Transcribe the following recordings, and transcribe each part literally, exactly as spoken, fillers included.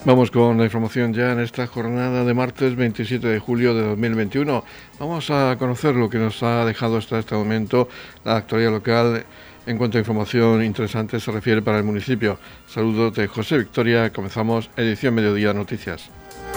Vamos con la información ya en esta jornada de martes veintisiete de julio de dos mil veintiuno. Vamos a conocer lo que nos ha dejado hasta este momento la actualidad local en cuanto a información interesante se refiere para el municipio. Saludos de José Victoria. Comenzamos edición Mediodía Noticias.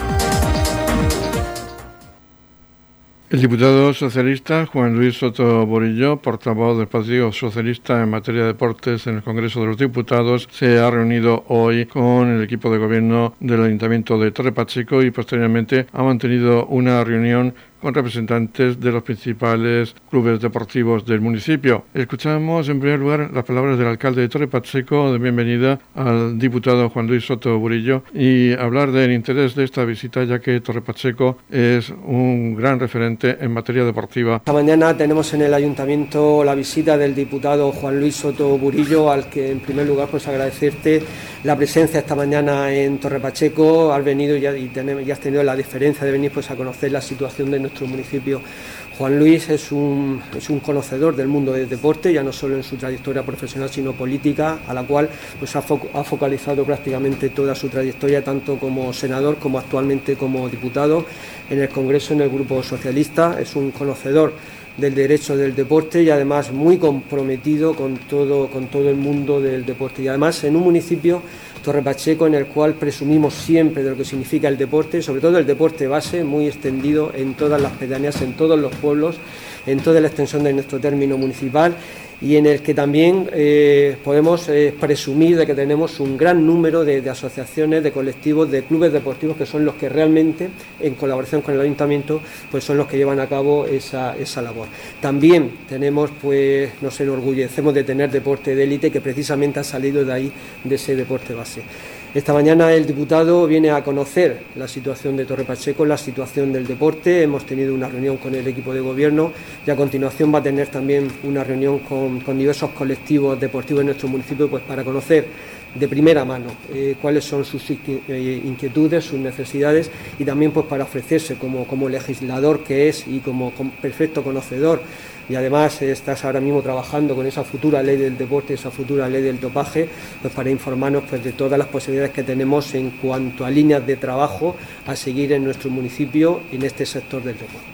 El diputado socialista Juan Luis Soto Burillo, portavoz del Partido Socialista en materia de deportes en el Congreso de los Diputados, se ha reunido hoy con el equipo de gobierno del Ayuntamiento de Torre Pacheco y posteriormente ha mantenido una reunión con representantes de los principales clubes deportivos del municipio. Escuchamos en primer lugar las palabras del alcalde de Torre Pacheco de bienvenida al diputado Juan Luis Soto Burillo y hablar del interés de esta visita, ya que Torre Pacheco es un gran referente en materia deportiva. Esta mañana tenemos en el ayuntamiento la visita del diputado Juan Luis Soto Burillo, al que en primer lugar pues agradecerte la presencia esta mañana en Torre Pacheco. Has venido y ya, y tenemos, ya has tenido la diferencia de venir pues a conocer la situación de nuestro municipio. Juan Luis es un, es un conocedor del mundo del deporte, ya no solo en su trayectoria profesional sino política, a la cual pues ha, fo- ha focalizado prácticamente toda su trayectoria, tanto como senador como actualmente como diputado en el Congreso, en el Grupo Socialista. Es un conocedor del derecho del deporte y además muy comprometido con todo, con todo el mundo del deporte, y además en un municipio, Torre Pacheco, en el cual presumimos siempre de lo que significa el deporte, sobre todo el deporte base, muy extendido en todas las pedanías, en todos los pueblos, en toda la extensión de nuestro término municipal, y en el que también eh, podemos eh, presumir de que tenemos un gran número de, de asociaciones, de colectivos, de clubes deportivos que son los que realmente, en colaboración con el ayuntamiento, pues son los que llevan a cabo esa, esa labor. También tenemos, pues nos enorgullecemos de tener deporte de élite que precisamente ha salido de ahí, de ese deporte base. Esta mañana el diputado viene a conocer la situación de Torre Pacheco, la situación del deporte. Hemos tenido una reunión con el equipo de gobierno y a continuación va a tener también una reunión con, con diversos colectivos deportivos en nuestro municipio, pues para conocer de primera mano eh, cuáles son sus inquietudes, sus necesidades, y también pues para ofrecerse como, como legislador que es y como, como perfecto conocedor. Y además eh, estás ahora mismo trabajando con esa futura ley del deporte, esa futura ley del dopaje, pues para informarnos pues de todas las posibilidades que tenemos en cuanto a líneas de trabajo a seguir en nuestro municipio en este sector del deporte.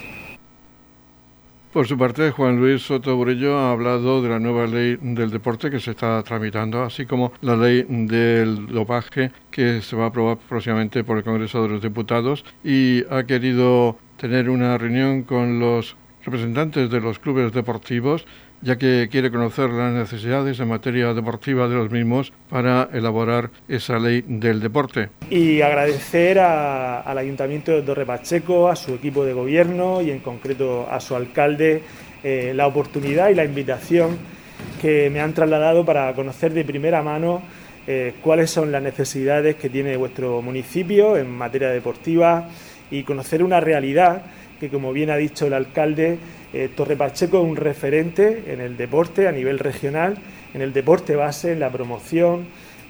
Por su parte, Juan Luis Soto Burillo ha hablado de la nueva ley del deporte que se está tramitando, así como la ley del dopaje que se va a aprobar próximamente por el Congreso de los Diputados, y ha querido tener una reunión con los representantes de los clubes deportivos, ya que quiere conocer las necesidades en materia deportiva de los mismos para elaborar esa ley del deporte. Y agradecer a, al Ayuntamiento de Torre Pacheco, a su equipo de gobierno y en concreto a su alcalde eh, la oportunidad y la invitación que me han trasladado para conocer de primera mano eh, cuáles son las necesidades que tiene vuestro municipio en materia deportiva y conocer una realidad que, como bien ha dicho el alcalde, eh, Torre Pacheco es un referente en el deporte a nivel regional, en el deporte base, en la promoción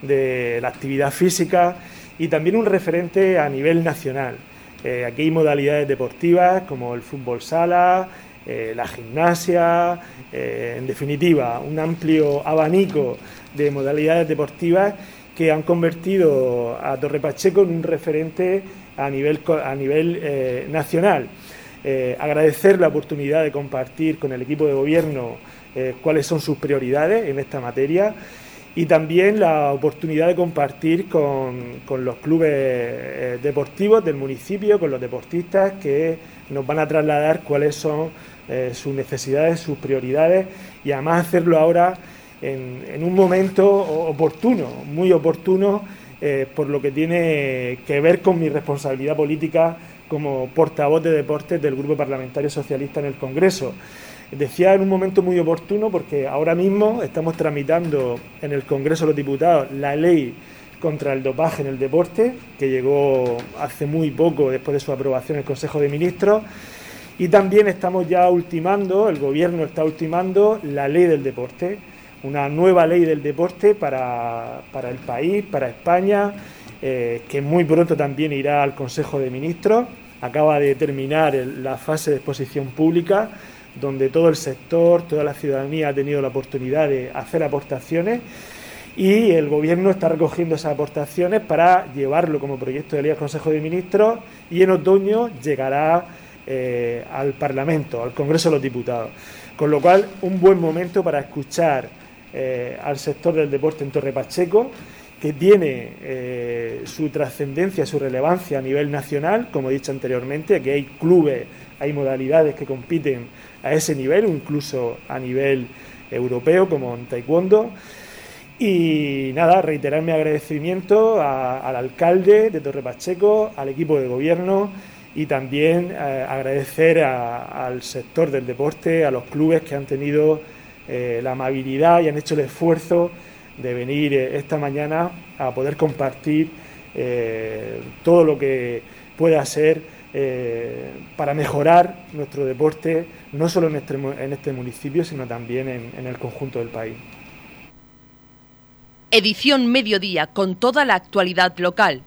de la actividad física y también un referente a nivel nacional. Eh, aquí hay modalidades deportivas como el fútbol sala, eh, la gimnasia, eh, en definitiva, un amplio abanico de modalidades deportivas que han convertido a Torre Pacheco en un referente a nivel, a nivel eh, nacional. Eh, agradecer la oportunidad de compartir con el equipo de gobierno eh, cuáles son sus prioridades en esta materia y también la oportunidad de compartir con, con los clubes eh, deportivos del municipio, con los deportistas que nos van a trasladar cuáles son eh, sus necesidades, sus prioridades, y además hacerlo ahora en, en un momento oportuno, muy oportuno, eh, por lo que tiene que ver con mi responsabilidad política como portavoz de deportes del Grupo Parlamentario Socialista en el Congreso. Decía en un momento muy oportuno porque ahora mismo estamos tramitando en el Congreso de los Diputados la ley contra el dopaje en el deporte, que llegó hace muy poco después de su aprobación en el Consejo de Ministros, y también estamos ya ultimando, el Gobierno está ultimando la ley del deporte, una nueva ley del deporte para, para el país, para España, Eh, que muy pronto también irá al Consejo de Ministros. Acaba de terminar el, la fase de exposición pública, donde todo el sector, toda la ciudadanía ha tenido la oportunidad de hacer aportaciones, y el Gobierno está recogiendo esas aportaciones para llevarlo como proyecto de ley al Consejo de Ministros y en otoño llegará eh, al Parlamento, al Congreso de los Diputados. Con lo cual, un buen momento para escuchar eh, al sector del deporte en Torre Pacheco, que tiene eh, su trascendencia, su relevancia a nivel nacional, como he dicho anteriormente, que hay clubes, hay modalidades que compiten a ese nivel, incluso a nivel europeo, como en taekwondo. Y nada, reiterar mi agradecimiento a, al alcalde de Torre Pacheco, al equipo de gobierno y también eh, agradecer a, al sector del deporte, a los clubes que han tenido eh, la amabilidad y han hecho el esfuerzo de venir eh, esta mañana a poder compartir eh, todo lo que pueda ser eh, para mejorar nuestro deporte, no solo en este, en este municipio, sino también en, en el conjunto del país. Edición Mediodía con toda la actualidad local.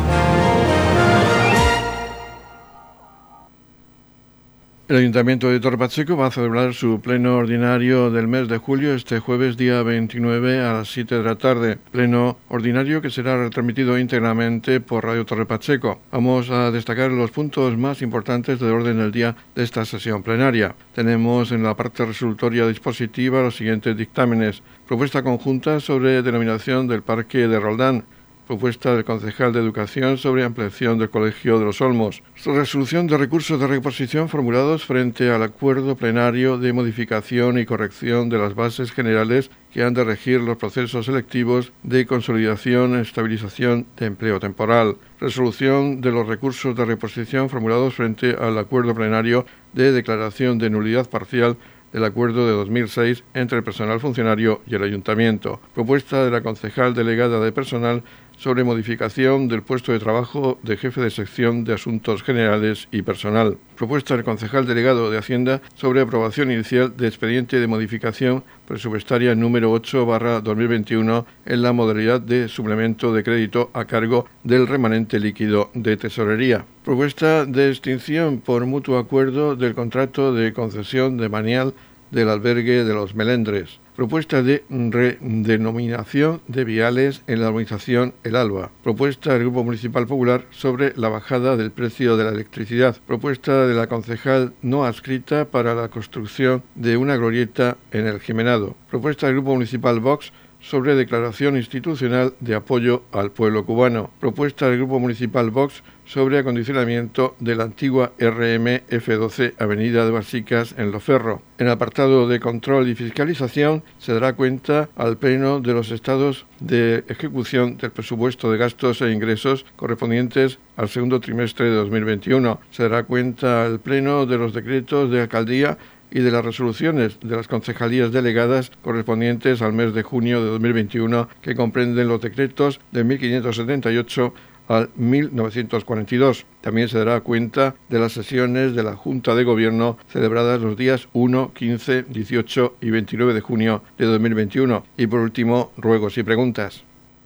El Ayuntamiento de Torre Pacheco va a celebrar su pleno ordinario del mes de julio este jueves día veintinueve a las siete de la tarde. Pleno ordinario que será retransmitido íntegramente por Radio Torre Pacheco. Vamos a destacar los puntos más importantes del orden del día de esta sesión plenaria. Tenemos en la parte resolutoria dispositiva los siguientes dictámenes. Propuesta conjunta sobre denominación del Parque de Roldán. Propuesta del concejal de Educación sobre ampliación del Colegio de los Olmos. Resolución de recursos de reposición formulados frente al acuerdo plenario de modificación y corrección de las bases generales que han de regir los procesos selectivos de consolidación y estabilización de empleo temporal. Resolución de los recursos de reposición formulados frente al acuerdo plenario de declaración de nulidad parcial del acuerdo de dos mil seis entre el personal funcionario y el ayuntamiento. Propuesta de la concejal delegada de personal sobre modificación del puesto de trabajo de jefe de sección de asuntos generales y personal. Propuesta del concejal delegado de Hacienda sobre aprobación inicial de expediente de modificación presupuestaria número ocho barra dos mil veintiuno en la modalidad de suplemento de crédito a cargo del remanente líquido de tesorería. Propuesta de extinción por mutuo acuerdo del contrato de concesión de manial del albergue de los Melendres. Propuesta de redenominación de viales en la urbanización El Alba. Propuesta del Grupo Municipal Popular sobre la bajada del precio de la electricidad. Propuesta de la concejal no adscrita para la construcción de una glorieta en el Jimenado. Propuesta del Grupo Municipal Vox sobre declaración institucional de apoyo al pueblo cubano. Propuesta del Grupo Municipal Vox sobre acondicionamiento de la antigua R M F doce Avenida de Basicas en Loferro. En el apartado de control y fiscalización se dará cuenta al Pleno de los estados de ejecución del presupuesto de gastos e ingresos correspondientes al segundo trimestre de dos mil veintiuno. Se dará cuenta al Pleno de los decretos de alcaldía y de las resoluciones de las concejalías delegadas correspondientes al mes de junio de dos mil veintiuno, que comprenden los decretos de mil quinientos setenta y ocho al mil novecientos cuarenta y dos. También se dará cuenta de las sesiones de la Junta de Gobierno celebradas los días uno, quince, dieciocho y veintinueve de junio de dos mil veintiuno. Y por último, ruegos y preguntas.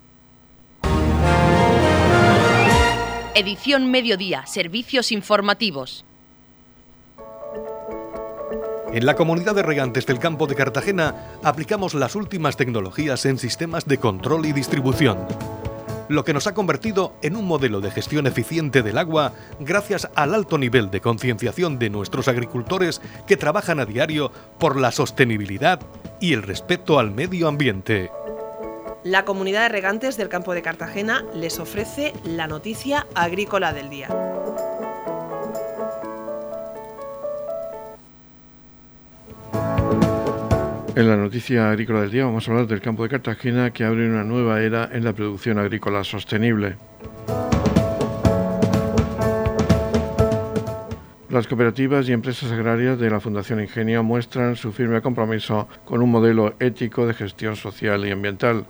Edición Mediodía, servicios informativos. En la Comunidad de Regantes del Campo de Cartagena aplicamos las últimas tecnologías en sistemas de control y distribución, lo que nos ha convertido en un modelo de gestión eficiente del agua gracias al alto nivel de concienciación de nuestros agricultores que trabajan a diario por la sostenibilidad y el respeto al medio ambiente. La Comunidad de Regantes del Campo de Cartagena les ofrece la noticia agrícola del día. En la noticia agrícola del día vamos a hablar del campo de Cartagena, que abre una nueva era en la producción agrícola sostenible. Las cooperativas y empresas agrarias de la Fundación Ingenio muestran su firme compromiso con un modelo ético de gestión social y ambiental.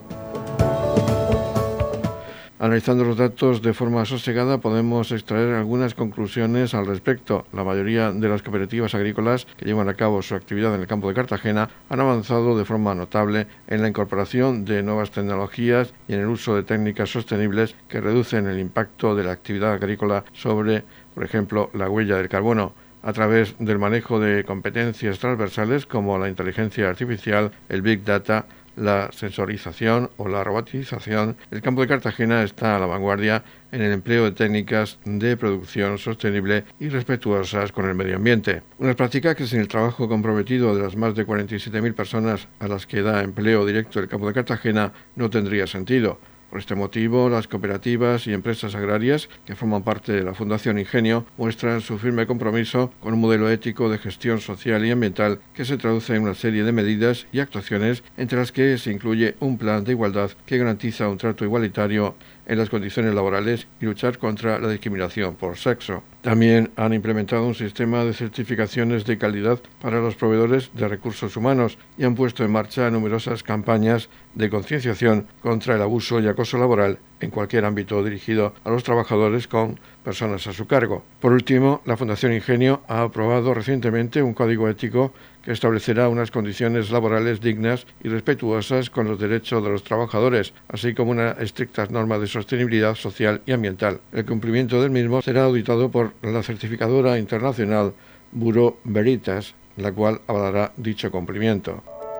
Analizando los datos de forma sosegada podemos extraer algunas conclusiones al respecto. La mayoría de las cooperativas agrícolas que llevan a cabo su actividad en el campo de Cartagena han avanzado de forma notable en la incorporación de nuevas tecnologías y en el uso de técnicas sostenibles que reducen el impacto de la actividad agrícola sobre, por ejemplo, la huella del carbono, a través del manejo de competencias transversales como la inteligencia artificial, el Big Data, la sensorización o la robotización, el campo de Cartagena está a la vanguardia en el empleo de técnicas de producción sostenible y respetuosas con el medio ambiente. Unas prácticas que sin el trabajo comprometido de las más de cuarenta y siete mil personas a las que da empleo directo el campo de Cartagena no tendría sentido. Por este motivo, las cooperativas y empresas agrarias que forman parte de la Fundación Ingenio muestran su firme compromiso con un modelo ético de gestión social y ambiental que se traduce en una serie de medidas y actuaciones entre las que se incluye un plan de igualdad que garantiza un trato igualitario en las condiciones laborales y luchar contra la discriminación por sexo. También han implementado un sistema de certificaciones de calidad para los proveedores de recursos humanos y han puesto en marcha numerosas campañas de concienciación contra el abuso y acoso laboral en cualquier ámbito dirigido a los trabajadores con personas a su cargo. Por último, la Fundación Ingenio ha aprobado recientemente un código ético que establecerá unas condiciones laborales dignas y respetuosas con los derechos de los trabajadores, así como unas estrictas normas de sostenibilidad social y ambiental. El cumplimiento del mismo será auditado por la certificadora internacional Bureau Veritas, la cual avalará dicho cumplimiento.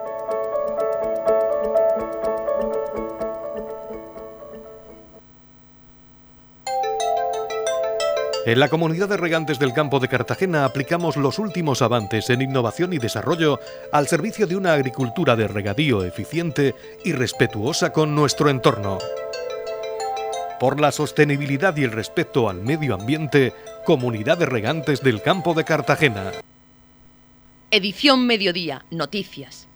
En la Comunidad de Regantes del Campo de Cartagena aplicamos los últimos avances en innovación y desarrollo al servicio de una agricultura de regadío eficiente y respetuosa con nuestro entorno. Por la sostenibilidad y el respeto al medio ambiente, Comunidad de Regantes del Campo de Cartagena. Edición Mediodía, Noticias.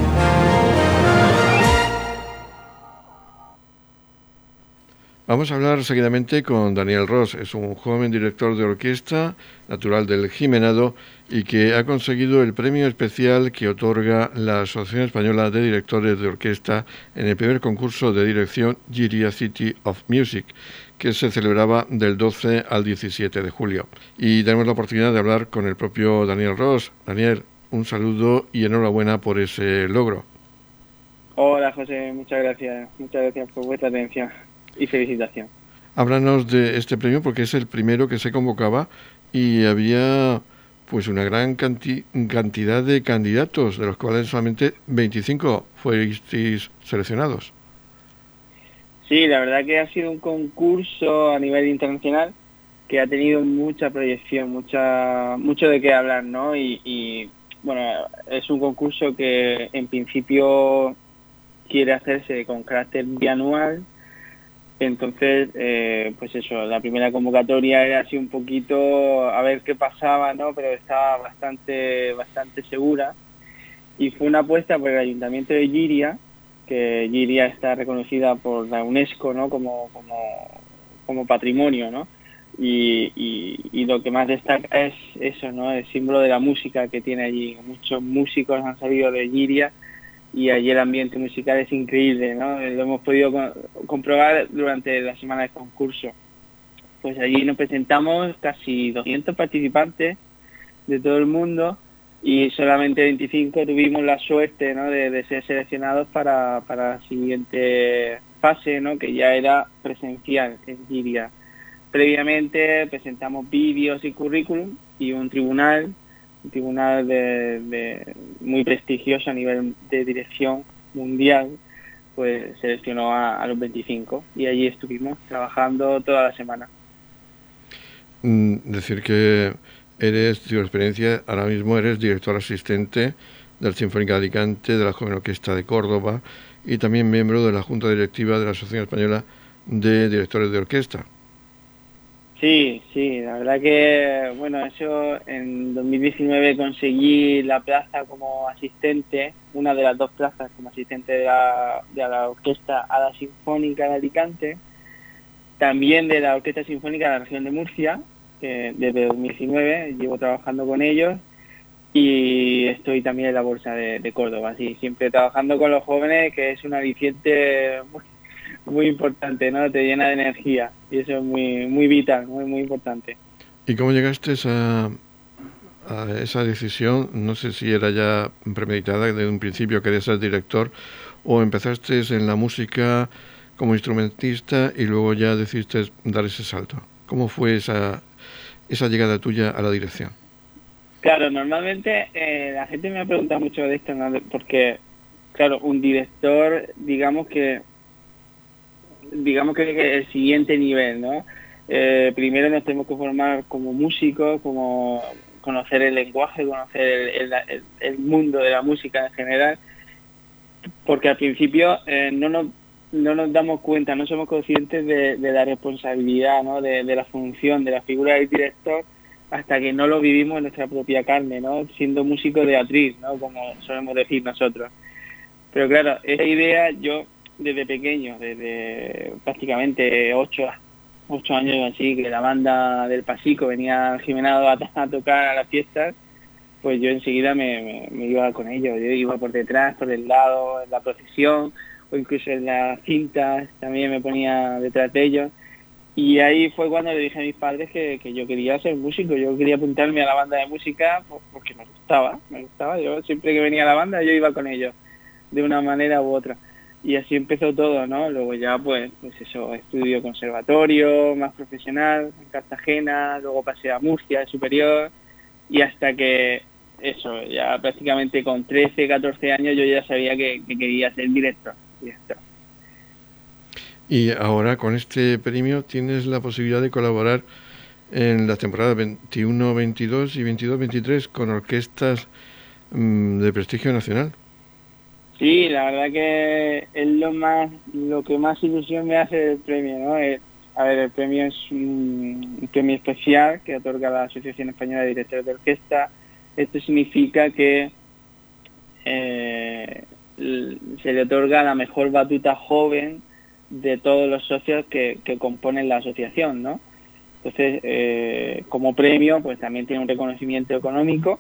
Vamos a hablar seguidamente con Daniel Ros. Es un joven director de orquesta, natural del Jimenado, y que ha conseguido el premio especial que otorga la Asociación Española de Directores de Orquesta en el primer concurso de dirección Giria City of Music, que se celebraba del doce al diecisiete de julio. Y tenemos la oportunidad de hablar con el propio Daniel Ros. Daniel, un saludo y enhorabuena por ese logro. Hola José, muchas gracias. Muchas gracias por vuestra atención y felicitación. Háblanos de este premio porque es el primero que se convocaba y había pues una gran canti- cantidad de candidatos, de los cuales solamente veinticinco fuisteis seleccionados. Sí, la verdad que ha sido un concurso a nivel internacional que ha tenido mucha proyección, mucha mucho de qué hablar, ¿no? Y, y bueno, es un concurso que en principio quiere hacerse con carácter bianual. Entonces, eh, pues eso, la primera convocatoria era así un poquito a ver qué pasaba, ¿no? Pero estaba bastante bastante segura. Y fue una apuesta por el Ayuntamiento de Giria, que Giria está reconocida por la UNESCO, ¿no? Como, como, como patrimonio, ¿no? Y, y, y lo que más destaca es eso, ¿no? El símbolo de la música que tiene allí. Muchos músicos han salido de Giria y allí el ambiente musical es increíble, ¿no? Lo hemos podido co- comprobar durante la semana de concurso. Pues allí nos presentamos casi doscientos participantes de todo el mundo y solamente veinticinco tuvimos la suerte, ¿no? de, de ser seleccionados para, para la siguiente fase, ¿no? Que ya era presencial en Giria. Previamente presentamos vídeos y currículum y un tribunal un tribunal de, de muy prestigioso a nivel de dirección mundial, pues seleccionó a, a los veinticinco y allí estuvimos trabajando toda la semana. Mm, decir que eres, tu experiencia, ahora mismo eres director asistente del Sinfónica de Alicante, de la Joven Orquesta de Córdoba y también miembro de la Junta Directiva de la Asociación Española de Directores de Orquesta. Sí, sí, la verdad que, bueno, eso en dos mil diecinueve conseguí la plaza como asistente, una de las dos plazas como asistente de la, de la Orquesta a la Sinfónica de Alicante, también de la Orquesta Sinfónica de la Región de Murcia, que desde dos mil diecinueve llevo trabajando con ellos, y estoy también en la Bolsa de, de Córdoba, sí, siempre trabajando con los jóvenes, que es un aliciente muy, muy importante, ¿no? Te llena de energía y eso es muy muy vital, muy muy importante. ¿Y cómo llegaste a, a esa decisión? No sé si era ya premeditada, desde un principio querías ser director o empezaste en la música como instrumentista y luego ya decidiste dar ese salto. ¿Cómo fue esa, esa llegada tuya a la dirección? Claro, normalmente eh, la gente me ha preguntado mucho de esto, ¿no? Porque claro, un director, digamos que, digamos que, que el siguiente nivel, ¿no? Eh, primero nos tenemos que formar como músicos, como conocer el lenguaje, conocer el, el, el mundo de la música en general, porque al principio eh, no nos no nos damos cuenta, no somos conscientes de, de la responsabilidad, ¿no? De, de la función, de la figura del director, hasta que no lo vivimos en nuestra propia carne, ¿no? Siendo músicos de atriz, ¿no? Como solemos decir nosotros. Pero claro, esa idea yo desde pequeño, desde prácticamente ocho, ocho años así, que la banda del Pasico venía al Jimenado a, a tocar a las fiestas, pues yo enseguida me, me, me iba con ellos. Yo iba por detrás, por el lado, en la procesión, o incluso en las cintas, también me ponía detrás de ellos. Y ahí fue cuando le dije a mis padres que, que yo quería ser músico, yo quería apuntarme a la banda de música porque me gustaba, me gustaba. Yo siempre que venía a la banda yo iba con ellos, de una manera u otra. Y así empezó todo, ¿no? Luego ya pues, pues eso, estudio conservatorio, más profesional, en Cartagena, luego pasé a Murcia, superior, y hasta que eso, ya prácticamente con trece, catorce años yo ya sabía que, que quería ser director. director. Y ahora con este premio tienes la posibilidad de colaborar en la temporada veintiuno veintidós y veintidós veintitrés con orquestas mmm, de prestigio nacional. Sí, la verdad que es lo más, lo que más ilusión me hace el premio, ¿no? Es, a ver, el premio es un, un premio especial que otorga la Asociación Española de Directores de Orquesta. Esto significa que eh, se le otorga la mejor batuta joven de todos los socios que, que componen la asociación, ¿no? Entonces, eh, como premio, pues también tiene un reconocimiento económico,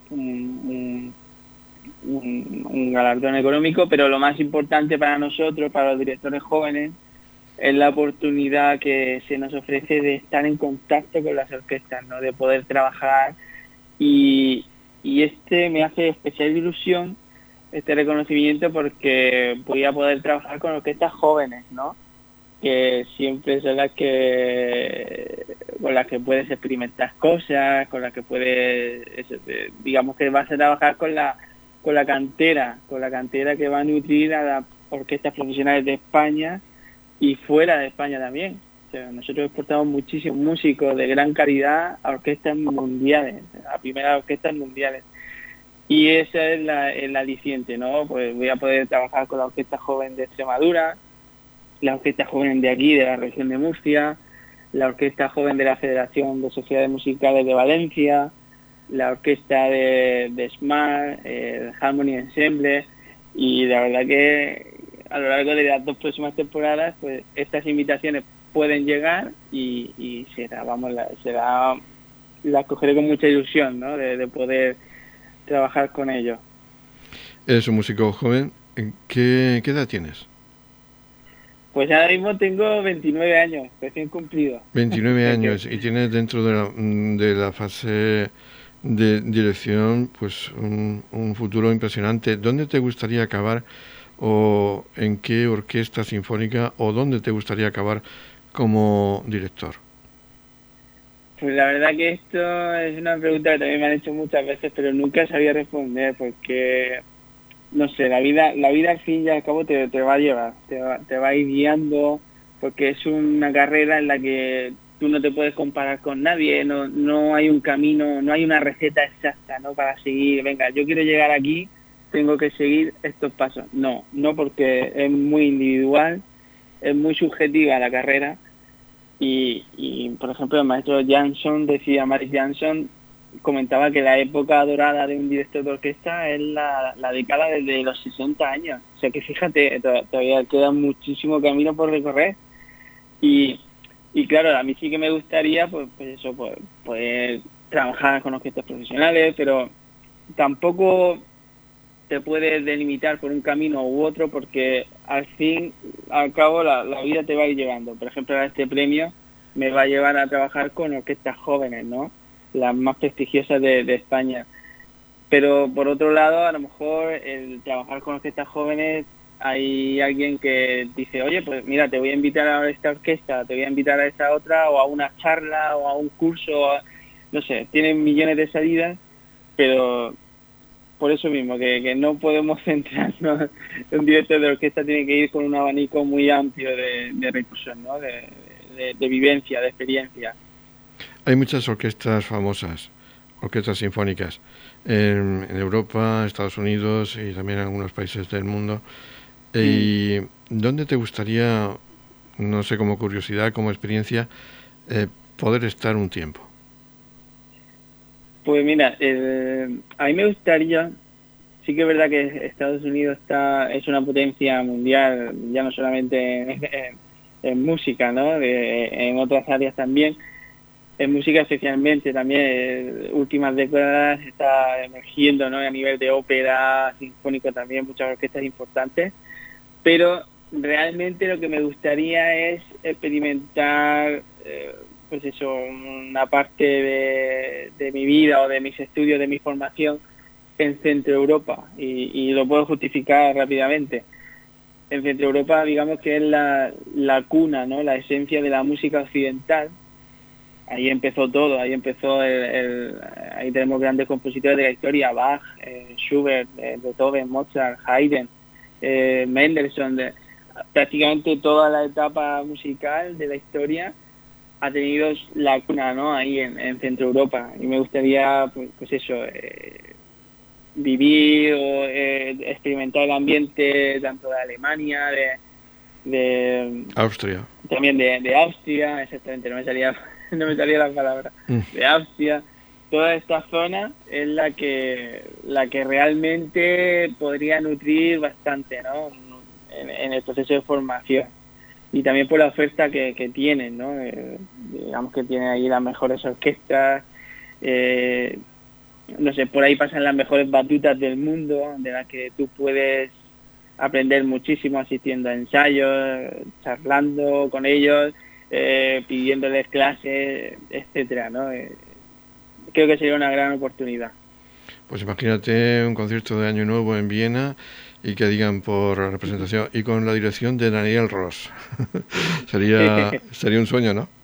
un, un, un, un galardón económico, pero lo más importante para nosotros, para los directores jóvenes, es la oportunidad que se nos ofrece de estar en contacto con las orquestas, ¿no? De poder trabajar y, y este me hace especial ilusión, este reconocimiento, porque voy a poder trabajar con orquestas jóvenes, ¿no? Que siempre son las que con las que puedes experimentar cosas, con las que puedes, eso, digamos que vas a trabajar con la con la cantera, con la cantera que va a nutrir a las orquestas profesionales de España y fuera de España también. O sea, nosotros exportamos muchísimos músicos de gran calidad a orquestas mundiales, a primeras orquestas mundiales. Y esa es la, el aliciente, ¿no? Pues voy a poder trabajar con la Orquesta Joven de Extremadura, la Orquesta Joven de aquí, de la región de Murcia, la Orquesta Joven de la Federación de Sociedades Musicales de Valencia, la Orquesta de, de Smart, eh, Harmony Ensemble, y la verdad que a lo largo de las dos próximas temporadas, pues estas invitaciones pueden llegar y, y será, vamos, la, será, las cogeré con mucha ilusión, ¿no? De, de poder trabajar con ellos. Eres un músico joven. ¿Qué, qué edad tienes? Pues ahora mismo tengo veintinueve años, recién cumplido. veintinueve años y tienes dentro de la, de la fase de dirección pues un, un futuro impresionante. ¿Dónde te gustaría acabar o en qué orquesta sinfónica o dónde te gustaría acabar como director? Pues la verdad que esto es una pregunta que también me han hecho muchas veces, pero nunca sabía responder porque, no sé, la vida la vida al fin y al cabo te, te va a llevar, te va, te va a ir guiando, porque es una carrera en la que tú no te puedes comparar con nadie, no, no hay un camino, no hay una receta exacta, ¿no? Para seguir, venga, yo quiero llegar aquí, tengo que seguir estos pasos. No, no, porque es muy individual, es muy subjetiva la carrera. Y, y, por ejemplo, el maestro Jansson decía, Maris Jansson comentaba que la época dorada de un director de orquesta es la, la década desde los sesenta años. O sea que fíjate, todavía queda muchísimo camino por recorrer. Y, y claro, a mí sí que me gustaría, pues, pues eso, pues, poder trabajar con orquestas profesionales, pero tampoco te puedes delimitar por un camino u otro, porque al fin al cabo la, la vida te va a ir llevando. Por ejemplo, este premio me va a llevar a trabajar con orquestas jóvenes, ¿no? Las más prestigiosas de, de España. Pero por otro lado, a lo mejor el trabajar con orquestas jóvenes, hay alguien que dice, oye, pues mira, te voy a invitar a esta orquesta, te voy a invitar a esta otra, o a una charla, o a un curso, o a, no sé, tienen millones de salidas, pero por eso mismo, que, que no podemos centrarnos, un director de orquesta tiene que ir con un abanico muy amplio de, de recursos, ¿no? de, de, de vivencia, de experiencia. Hay muchas orquestas famosas, orquestas sinfónicas, en, en Europa, Estados Unidos y también en algunos países del mundo. ¿Y mm. dónde te gustaría, no sé, como curiosidad, como experiencia, eh, poder estar un tiempo? Pues mira, eh, a mí me gustaría, sí que es verdad que Estados Unidos está es una potencia mundial, ya no solamente en, en, en música, ¿no? De, en otras áreas también. En música especialmente también, eh, últimas décadas está emergiendo, ¿no? A nivel de ópera, sinfónico también, muchas orquestas importantes, pero realmente lo que me gustaría es experimentar, eh, pues eso, una parte de, de mi vida o de mis estudios, de mi formación en Centro Europa, y, y lo puedo justificar rápidamente. En Centro Europa, digamos que es la, la cuna, ¿no? La esencia de la música occidental. Ahí empezó todo, ahí empezó el, el ahí tenemos grandes compositores de la historia, Bach, eh, Schubert, eh, Beethoven, Mozart, Haydn, eh, Mendelssohn, de, prácticamente toda la etapa musical de la historia ha tenido la cuna, ¿no? Ahí en, en Centro Europa, y me gustaría, pues, pues eso, eh, vivir o eh, experimentar el ambiente tanto de Alemania, de, de Austria, también de, de Austria, exactamente, no me salía no me salía la palabra, de Austria. Toda esta zona es la que la que realmente podría nutrir bastante, ¿no? En, en el proceso de formación, y también por la oferta que, que tienen, ¿no? Eh, digamos que tienen ahí las mejores orquestas, eh, no sé, por ahí pasan las mejores batutas del mundo, de las que tú puedes aprender muchísimo asistiendo a ensayos, charlando con ellos, Eh, pidiéndoles clases, etcétera, ¿no? Eh, creo que sería una gran oportunidad. Pues imagínate un concierto de Año Nuevo en Viena y que digan por representación y con la dirección de Daniel Ross. sería sería un sueño, ¿no?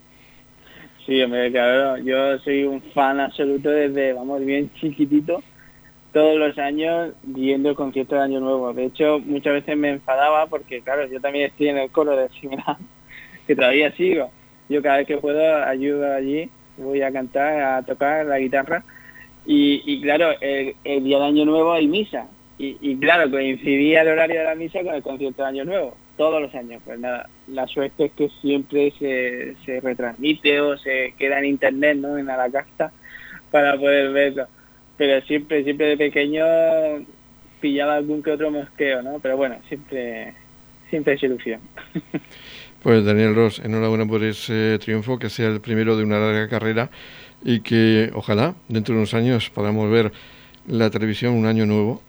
Sí, hombre, claro, yo soy un fan absoluto desde, vamos, bien chiquitito, todos los años viendo el concierto de Año Nuevo. De hecho, muchas veces me enfadaba porque, claro, yo también estoy en el coro de Simran, que todavía sigo. Yo cada vez que puedo ayudo allí, voy a cantar, a tocar la guitarra, y, y claro, el, el día de Año Nuevo hay misa, y, y claro, coincidía el horario de la misa con el concierto de Año Nuevo, todos los años. Pues nada, la suerte es que siempre se, se retransmite o se queda en internet, ¿no? En la carta para poder verlo, pero siempre, siempre de pequeño pillaba algún que otro mosqueo, ¿no? Pero bueno, siempre, siempre hay solución. Pues Daniel Ross, enhorabuena por ese triunfo, que sea el primero de una larga carrera y que ojalá dentro de unos años podamos ver la televisión un año nuevo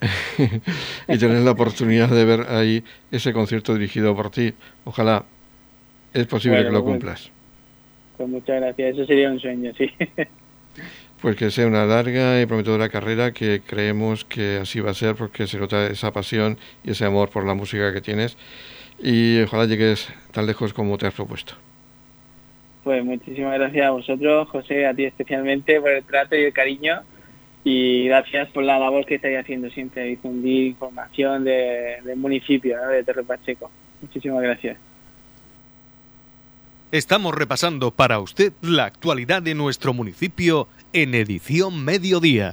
y tener la oportunidad de ver ahí ese concierto dirigido por ti. Ojalá, es posible bueno, que lo cumplas. Pues muchas gracias, eso sería un sueño, sí. Pues que sea una larga y prometedora carrera, que creemos que así va a ser, porque se nota esa pasión y ese amor por la música que tienes. Y ojalá llegues tan lejos como te has propuesto. Pues muchísimas gracias a vosotros, José, a ti especialmente por el trato y el cariño, y gracias por la labor que estáis haciendo siempre, difundir información de, del municipio, ¿no? De Torre Pacheco. Muchísimas gracias. Estamos repasando para usted la actualidad de nuestro municipio en edición Mediodía.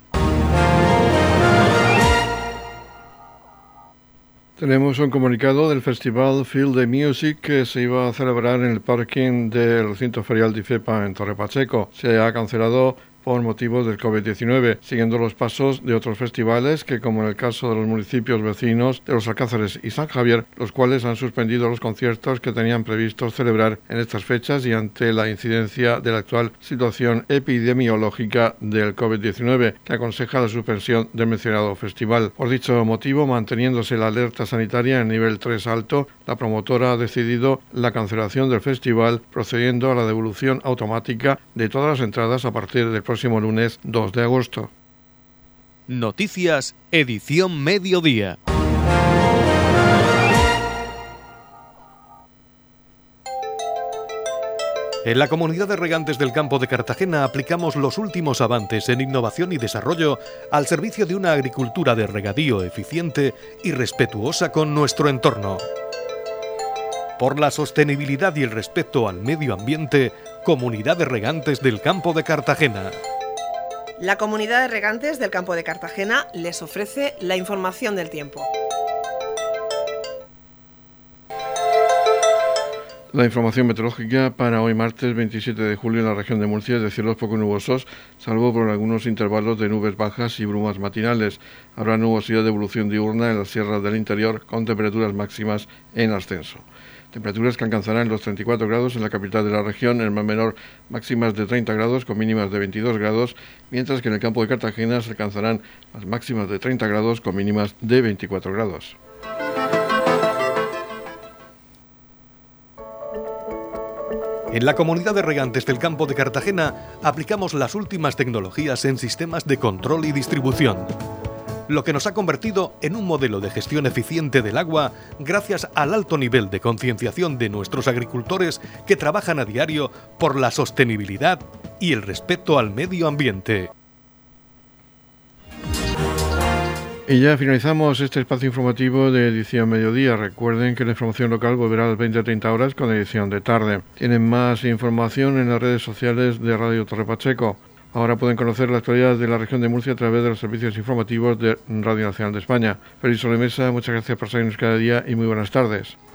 Tenemos un comunicado del Festival Field de Music que se iba a celebrar en el parking del recinto ferial de IFEPA en Torre Pacheco. Se ha cancelado por motivos del COVID diecinueve, siguiendo los pasos de otros festivales que, como en el caso de los municipios vecinos de Los Alcázares y San Javier, los cuales han suspendido los conciertos que tenían previstos celebrar en estas fechas y ante la incidencia de la actual situación epidemiológica del COVID diecinueve, que aconseja la suspensión del mencionado festival. Por dicho motivo, manteniéndose la alerta sanitaria en nivel tres alto, la promotora ha decidido la cancelación del festival, procediendo a la devolución automática de todas las entradas a partir del próximo próximo lunes dos de agosto. Noticias, edición Mediodía. En la Comunidad de Regantes del Campo de Cartagena aplicamos los últimos avances en innovación y desarrollo al servicio de una agricultura de regadío eficiente y respetuosa con nuestro entorno. Por la sostenibilidad y el respeto al medio ambiente, Comunidad de Regantes del Campo de Cartagena. La Comunidad de Regantes del Campo de Cartagena les ofrece la información del tiempo. La información meteorológica para hoy martes veintisiete de julio en la región de Murcia es de cielos poco nubosos, salvo por algunos intervalos de nubes bajas y brumas matinales. Habrá nubosidad de evolución diurna en las sierras del interior con temperaturas máximas en ascenso. Temperaturas que alcanzarán los treinta y cuatro grados en la capital de la región, en el Mar Menor máximas de treinta grados con mínimas de veintidós grados, mientras que en el campo de Cartagena se alcanzarán las máximas de treinta grados con mínimas de veinticuatro grados. En la Comunidad de Regantes del Campo de Cartagena aplicamos las últimas tecnologías en sistemas de control y distribución, lo que nos ha convertido en un modelo de gestión eficiente del agua gracias al alto nivel de concienciación de nuestros agricultores que trabajan a diario por la sostenibilidad y el respeto al medio ambiente. Y ya finalizamos este espacio informativo de edición mediodía. Recuerden que la información local volverá a las veinte a treinta horas con edición de tarde. Tienen más información en las redes sociales de Radio Torre Pacheco. Ahora pueden conocer la actualidad de la región de Murcia a través de los servicios informativos de Radio Nacional de España. Feliz sobremesa, muchas gracias por seguirnos cada día y muy buenas tardes.